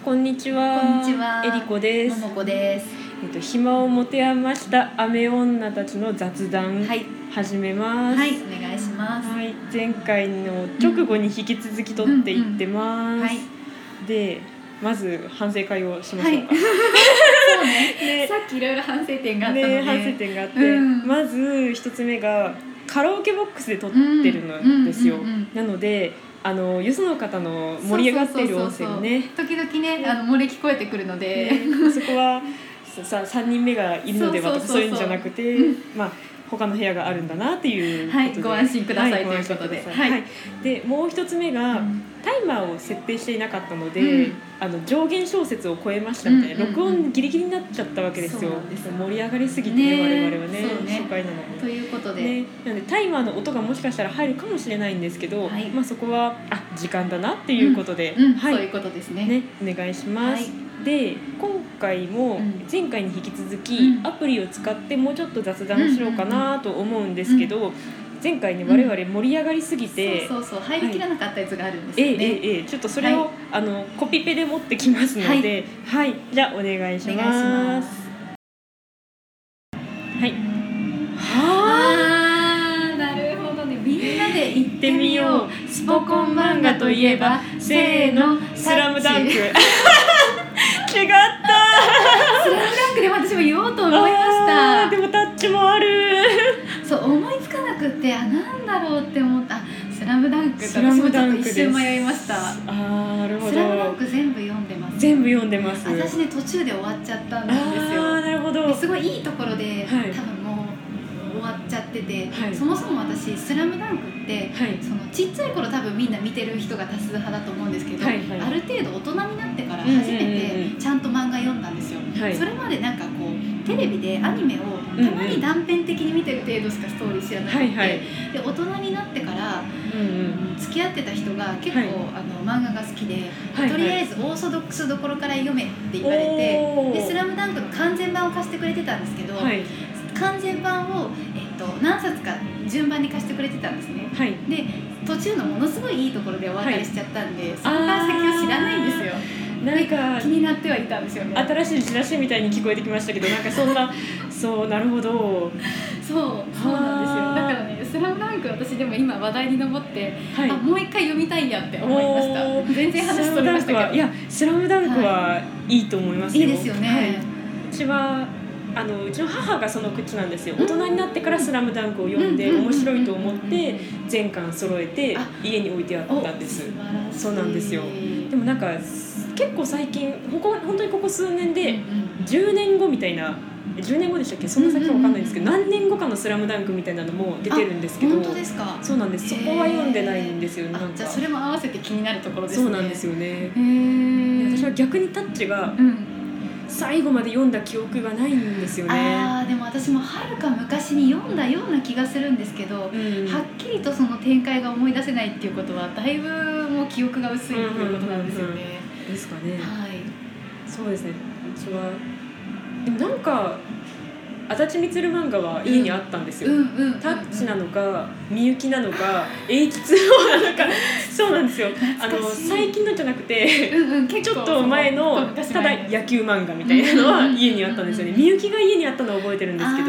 こんにちは。 こんにちは。 えりこです。 ももこです。 暇を持て余した雨女たちの雑談、始めます。 はい、お願いします。 はい、前回の直後に引き続き撮っていってます。で、まず反省会をしましょうか。 そうね。さっきいろいろ反省点があったので。 反省点があって、まず一つ目がカラオケボックスで撮ってるのですよ。なので。よその方の盛り上がっている音声をね時々ね漏れ聞こえてくるので、 そこはさ3人目がいるのではとかそういうんじゃなくて、まあ他の部屋があるんだなっていうことで、 はい、ご安心くださいということで、 でもう一つ目が、タイマーを設定していなかったので、上限小節を超えましたみたいな、録音ギリギリになっちゃったわけですよ。盛り上がりすぎてね、我々はね初回なのにということで、 なのでタイマーの音がもしかしたら入るかもしれないんですけど、まあ、そこは時間だなっていうことで、 そういうことですね。 お願いします。で今回も前回に引き続き、アプリを使ってもうちょっと雑談しようかなと思うんですけど、前回ね我々盛り上がりすぎて、 入りきらなかったやつがあるんですよね。 ちょっとそれを、コピペで持ってきますので、じゃあお願いします。 なるほどね。みんなで行ってみよう。スポコン漫画といえばせーのスラムダンク。違った。 スラムダンクで私も言おうと思いました。 でもタッチもある。 そう思いつかなくってなんだろうって思った。スラムダンクと私もちょっと一瞬迷いました。 なるほど。 スラムダンク全部読んでます。 全部読んでます。 私ね途中で終わっちゃったんですよ。 なるほど。 すごいいいところで、多分もう終わっちゃってて、そもそも私スラムダンクって、そのちっちゃい頃多分みんな見てる人が多数派だと思うんですけど、ある程度大人になってから初めてちゃんと漫画読んだんですよ。それまでなんかこうテレビでアニメをたまに断片的に見てる程度しかストーリー知らなくて、で大人になってから付き合ってた人が結構漫画が好きで、とりあえずオーソドックスどころから読めって言われて、でスラムダンクの完全版を貸してくれてたんですけど、完全版を、何冊か順番に貸してくれてたんですね。で途中のものすごいいいところでお別れしちゃったんで、そこから先を知らないんですよ。なんか気になってはいたんですよね。 新しいチラシみたいに聞こえてきましたけど、なんかそんなそうなるほど。そうなんですよ。 だからね、スラムダンク私でも今話題に上って、もう一回読みたいやって思いました。全然話しとりましたけど、 いやスラムダンクはいいと思いますよ。 いいですよね。 うちはうちの母がその口なんですよ。大人になってからスラムダンクを読んで面白いと思って全巻揃えて家に置いてあったんです。そうなんですよ。でもなんか結構最近本当にここ数年で10年後みたいな、10年後でしたっけ、そんな先は分かんないんですけど、何年後かのスラムダンクみたいなのも出てるんですけど。 本当ですか。 そうなんです。そこは読んでないんですよ。 じゃあそれも合わせて気になるところですね。 そうなんですよね。私は逆にタッチが最後まで読んだ記憶がないんですよね。 でも私もはるか昔に読んだような気がするんですけど、はっきりとその展開が思い出せないっていうことはだいぶもう記憶が薄いっていうことなんですよね。 ですかね。そうですね。うちはでもなんか足立みつる漫画は家にあったんですよ。タッチなのかみゆきなのか英吉なのかそうなんですよ。最近のじゃなくてちょっと前のただ野球漫画みたいなのは家にあったんですよね。みゆきが家にあったのは覚えてるんですけど、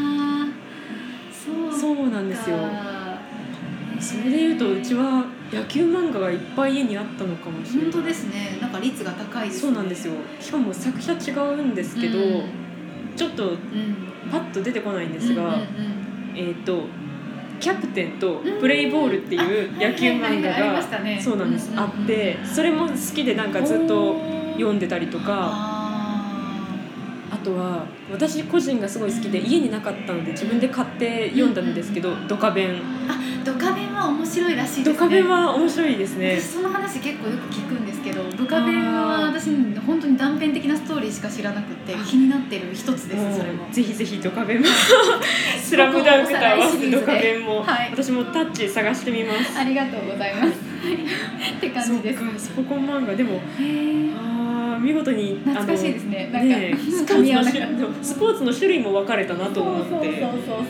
そうなんですよ。それでいうとうちは野球漫画がいっぱい家にあったのかもしれない。 本当ですね。なんか率が高いですね。 そうなんですよ。しかも作者違うんですけど、ちょっとパッと出てこないんですが、キャプテンとプレイボールっていう野球漫画がそうなんですあって、それも好きでなんかずっと読んでたりとか。あとは私個人がすごい好きで家になかったので自分で買って読んだんですけど、ドカベン。 ドカベンは面白いらしいですね。 ドカベンは面白いですね。 私その話結構よく聞くんですけど、ドカベンは私本当に断片的なストーリーしか知らなくて気になってる一つです。それもぜひぜひドカベンもスラムダンクと合わせてドカベンも、私もタッチ探してみます。 ありがとうございますって感じです。 スポコン漫画でも見事に懐かしいですね。なんかスポーツの種類も分かれたなと思って。 そう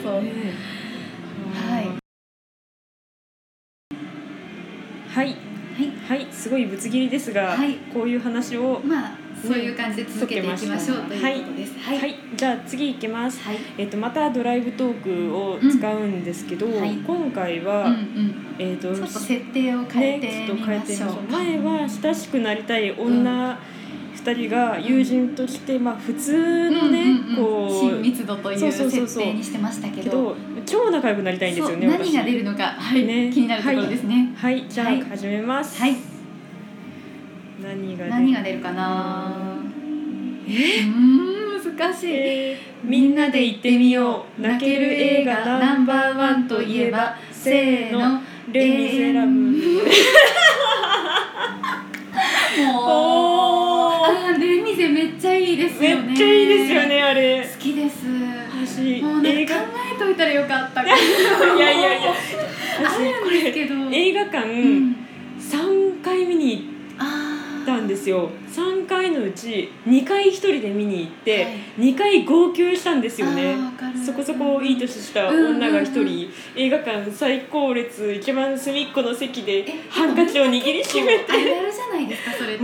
はい。 はい、すごいぶつ切りですが、こういう話をそういう感じで続けていきましょうということです。 はい、じゃあ次いきます。またドライブトークを使うんですけど、今回はちょっと設定を変えてみましょう。 前は親しくなりたい女2人が友人として、普通のね、 親密度という設定にしてましたけど、 超仲良くなりたいんですよね。 何が出るのか、気になるところですね。 はい、じゃあ始めます。 何が出るかな。難しい。 みんなで行ってみよう。泣ける映画ナンバーワンといえば、せーの、レ・ミゼラブル。 レ・ミゼめっちゃいいですよね。 めっちゃいいですよね、あれ。 好きです。 もう考えといたらよかった。いやあるんですけど、 映画館3回見に行ったんですよ。3回のうち2回1人で見に行って、2回号泣したんですよね。そこそこいい年した女が1人、映画館最高列一番隅っこの席でハンカチを握りしめて。 あるあるじゃないですか、それって。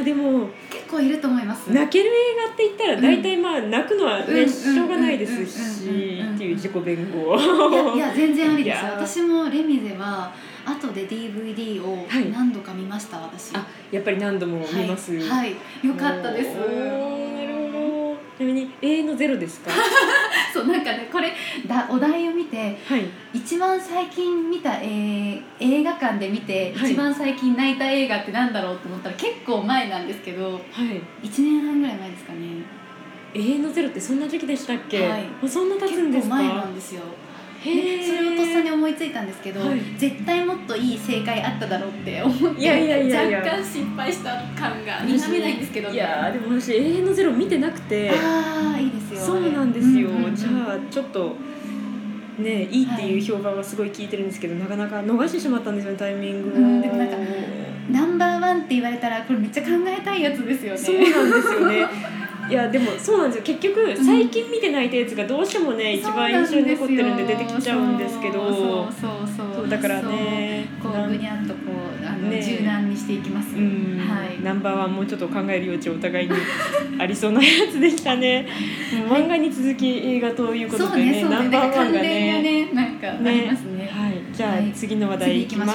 でも結構いると思います。 泣ける映画って言ったら大体泣くのはね、しょうがないですしっていう自己弁護。 いや全然ありです。私もレ・ミゼは後で DVD を何度か見ました、私。 やっぱり何度も見ます。 よかったです。 なるほど。ちなみに永遠のゼロですか？ そう、なんかね、これお題を見て、一番最近見た、映画館で見て、一番最近泣いた映画ってなんだろうと思ったら結構前なんですけど、1年半ぐらい前ですかね。 永遠のゼロってそんな時期でしたっけ？そんな経つんですか？ 結構前なんですよ。それをとっさに思いついたんですけど、絶対もっといい正解あっただろうって思って若干失敗した感が否めないんですけどね。 いやでも私永遠のゼロ見てなくて。 いいですよ。 そうなんですよ。じゃあちょっとね、いいっていう評判はすごい聞いてるんですけど、なかなか逃してしまったんですよね、タイミングを。 でもなんかナンバーワンって言われたらこれめっちゃ考えたいやつですよね。 そうなんですよね。いやでもそうなんですよ。結局最近見てないやつがどうしてもね、一番印象に残ってるんで出てきちゃうんですけど、そうだからね、 こうぐにゃっとこう柔軟にしていきます。 ナンバーワンもうちょっと考える余地お互いにありそうなやつでしたね。漫画に続き映画ということでね、ナンバーワンがね、 なんかありますね。 じゃあ次の話題いきます。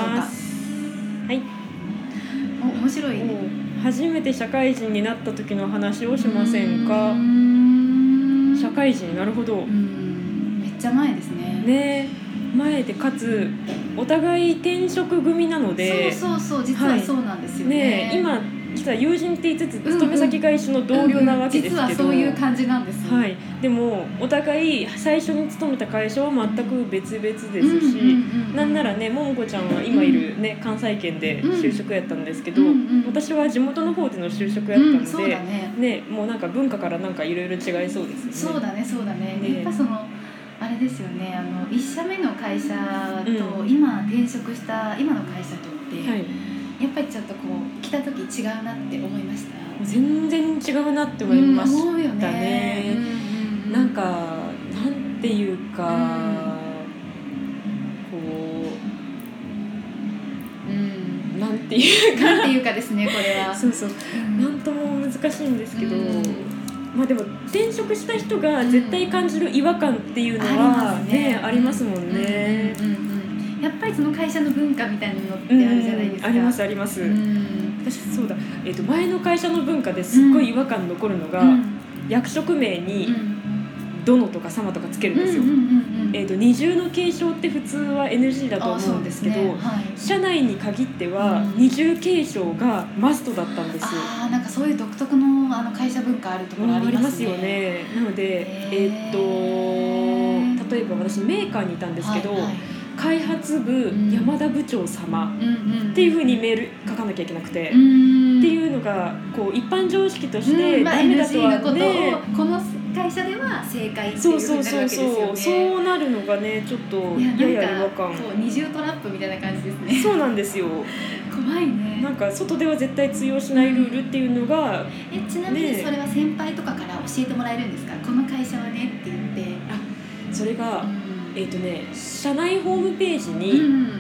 面白い。 初めて社会人になった時の話をしませんか？社会人、なるほど。 めっちゃ前ですね。 前でかつお互い転職組なので、 実はそうなんですよね。 今実は友人って言いつつ勤め先が一緒の同僚なわけですけど、 実はそういう感じなんです。 でもお互い最初に勤めた会社は全く別々ですし、なんならね、ももこちゃんは今いるね、関西圏で就職やったんですけど、私は地元の方での就職やったので、もうなんか文化からなんかいろいろ違いそうですよね。 そうだね。やっぱそのあれですよね、1社目の会社と今転職した今の会社とって、やっぱりちょっとこう来た時違うなって思いました。 全然違うなって思いましたね。なんかなんていうか、こうなんていうかですね、これは。なんとも難しいんですけど。でも転職した人が絶対感じる違和感っていうのはありますもんね。 やっぱりその会社の文化みたいなのってあるじゃないですか。 あります。私そうだ、前の会社の文化ですっごい違和感残るのが、役職名に殿とか様とかつけるんですよ。二重の継承って普通は NG だと思うんですけど、社内に限っては二重継承がマストだったんです。 なんかそういう独特の会社文化あるところありますよね。 なので例えば私メーカーにいたんですけど、開発部山田部長様っていう風にメール書かなきゃいけなくて、っていうのがこう一般常識としてダメだとはね、 この会社では正解っていう風になるわけですよね。 そうなるのがね、ちょっとやや違和感。 二重トラップみたいな感じですね。 そうなんですよ。 怖いね。 なんか外では絶対通用しないルールっていうのが、 ちなみにそれは先輩とかから教えてもらえるんですか？この会社はねって言って。 それが社内ホームページに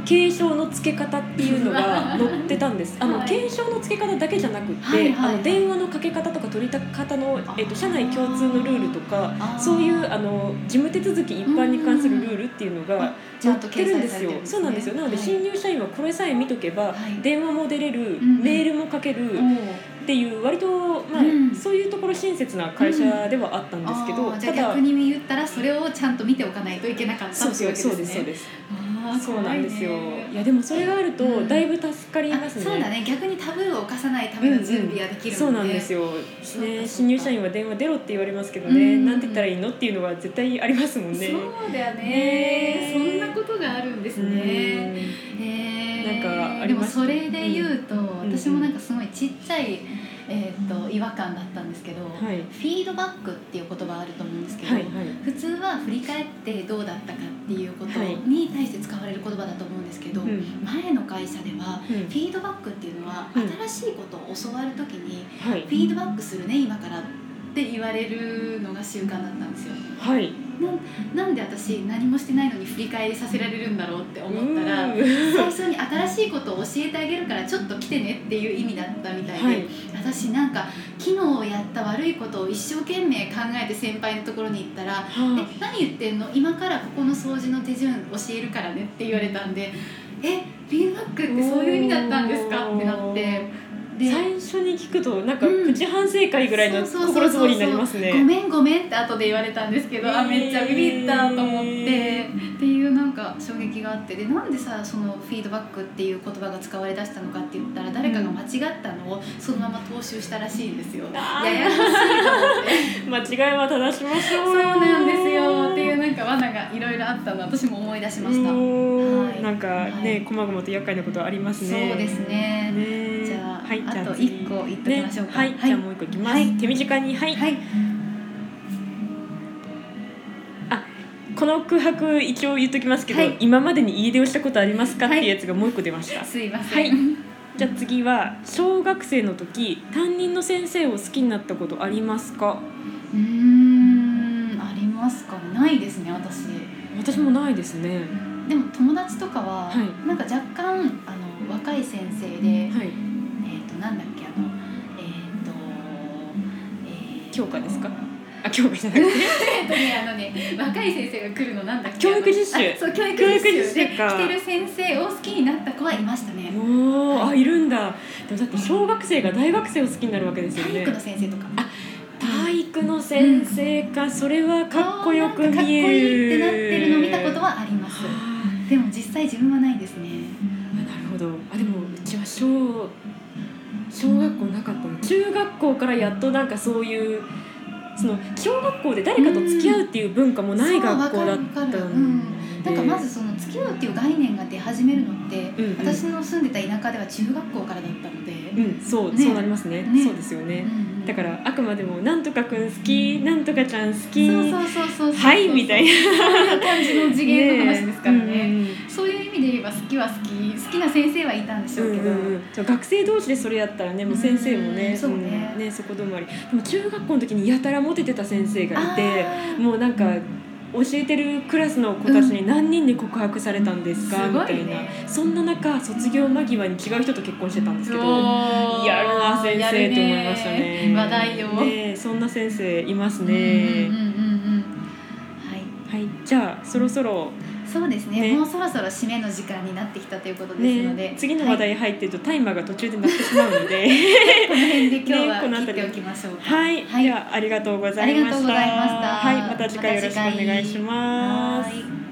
継承の付け方っていうのが載ってたんです。継承の付け方だけじゃなくって、電話のかけ方とか取り方の、社内共通のルールとか、そういう事務手続き一般に関するルールっていうのが載ってるんですよ。そうなんですよ。なので新入社員はこれさえ見とけば、電話も出れる、メールもかけるっていう割と、そういうところ親切な会社ではあったんですけど、 じゃあ逆に言ったらそれをちゃんと見ておかないといけなかったっていうわけですね。 そうですそうです。そうなんですよ。いやでもそれがあるとだいぶ助かりますね。 そうだね。逆にタブーを犯さないための準備ができるので、 そうなんですよ。ね、新入社員は電話出ろって言われますけどね、なんて言ったらいいのっていうのが絶対ありますもんね。 そうだよね。そんなことがあるんですね。 なんかあります。 でもそれで言うと、私もなんかすごいちっちゃい違和感だったんですけど、フィードバックっていう言葉あると思うんですけど、普通は振り返ってどうだったかっていうことに対して使われる言葉だと思うんですけど、前の会社ではフィードバックっていうのは新しいことを教わるときにフィードバックするね今からって言われるのが習慣だったんですよ。なんで私何もしてないのに振り返りさせられるんだろうって思ったら、最初に新しいことを教えてあげるからちょっと来てねっていう意味だったみたいで、私なんか昨日やった悪いことを一生懸命考えて先輩のところに行ったら何言ってんの、今からここの掃除の手順教えるからねって言われたんで、フィードバックってそういう意味だったんですかってなって、 最初に聞くとなんかプチ反省会ぐらいの心づもりになりますね。 ごめんって後で言われたんですけど、めっちゃビビったと思ってっていうなんか衝撃があって、でなんでさそのフィードバックっていう言葉が使われだしたのかって言ったら、誰かが間違ったのをそのまま踏襲したらしいんですよ。ややこしいと思って間違いは正しましょうよ。 そうなんですよっていうなんか罠がいろいろあったの私も思い出しました。 なんかね、細々と厄介なことありますね。 そうですね。じゃあ、あと1個言っときましょうか。 じゃあもう1個いきます。手短にこの空白一応言っときますけど、今までに家出をしたことありますかっていうやつがもう1個出ました。 すいません。 じゃあ次は小学生の時担任の先生を好きになったことありますか？ ありますか？ないですね私もないですね。 でも友達とかは、なんか若干若い先生で、なんだっけ教科ですか？教科じゃなくて若い先生が来るのなんだっけ？ 教育実習。 そう教育実習で来てる先生を好きになった子はいましたね。 いるんだ。でもだって小学生が大学生を好きになるわけですよね。 体育の先生とか。 体育の先生か、それはかっこよく見える。かっこいいってなってるのを見たことはあります。でも実際自分はないですね。 なるほど。でもうちは小学校なかったの。中学校からやっとなんかそういう小学校で誰かと付き合うっていう文化もない学校だったので、 なんかまずその付き合うっていう概念が出始めるのって、私の住んでた田舎では中学校からだったので、 そうなりますね。そうですよね。だからあくまでもなんとかくん好き、なんとかちゃん好き、はいみたいなそういう感じの次元の話ですからね。そういう意味で言えば好きは好きな先生はいたんでしょうけど、 学生同士でそれやったらね、もう先生もね、そこ止まり。でも中学校の時にやたらモテてた先生がいて、もうなんか教えてるクラスの子たちに何人に告白されたんですか、みたいな。そんな中卒業間際に違う人と結婚してたんですけど、やるな先生って思いましたね。 話題をそんな先生いますね。じゃあそろそろそうですね、もうそろそろ締めの時間になってきたということですので、 次の話題入ってるとタイマーが途中で鳴ってしまうのでこの辺で今日は切っておきましょうか。 ではありがとうございました。また次回よろしくお願いします。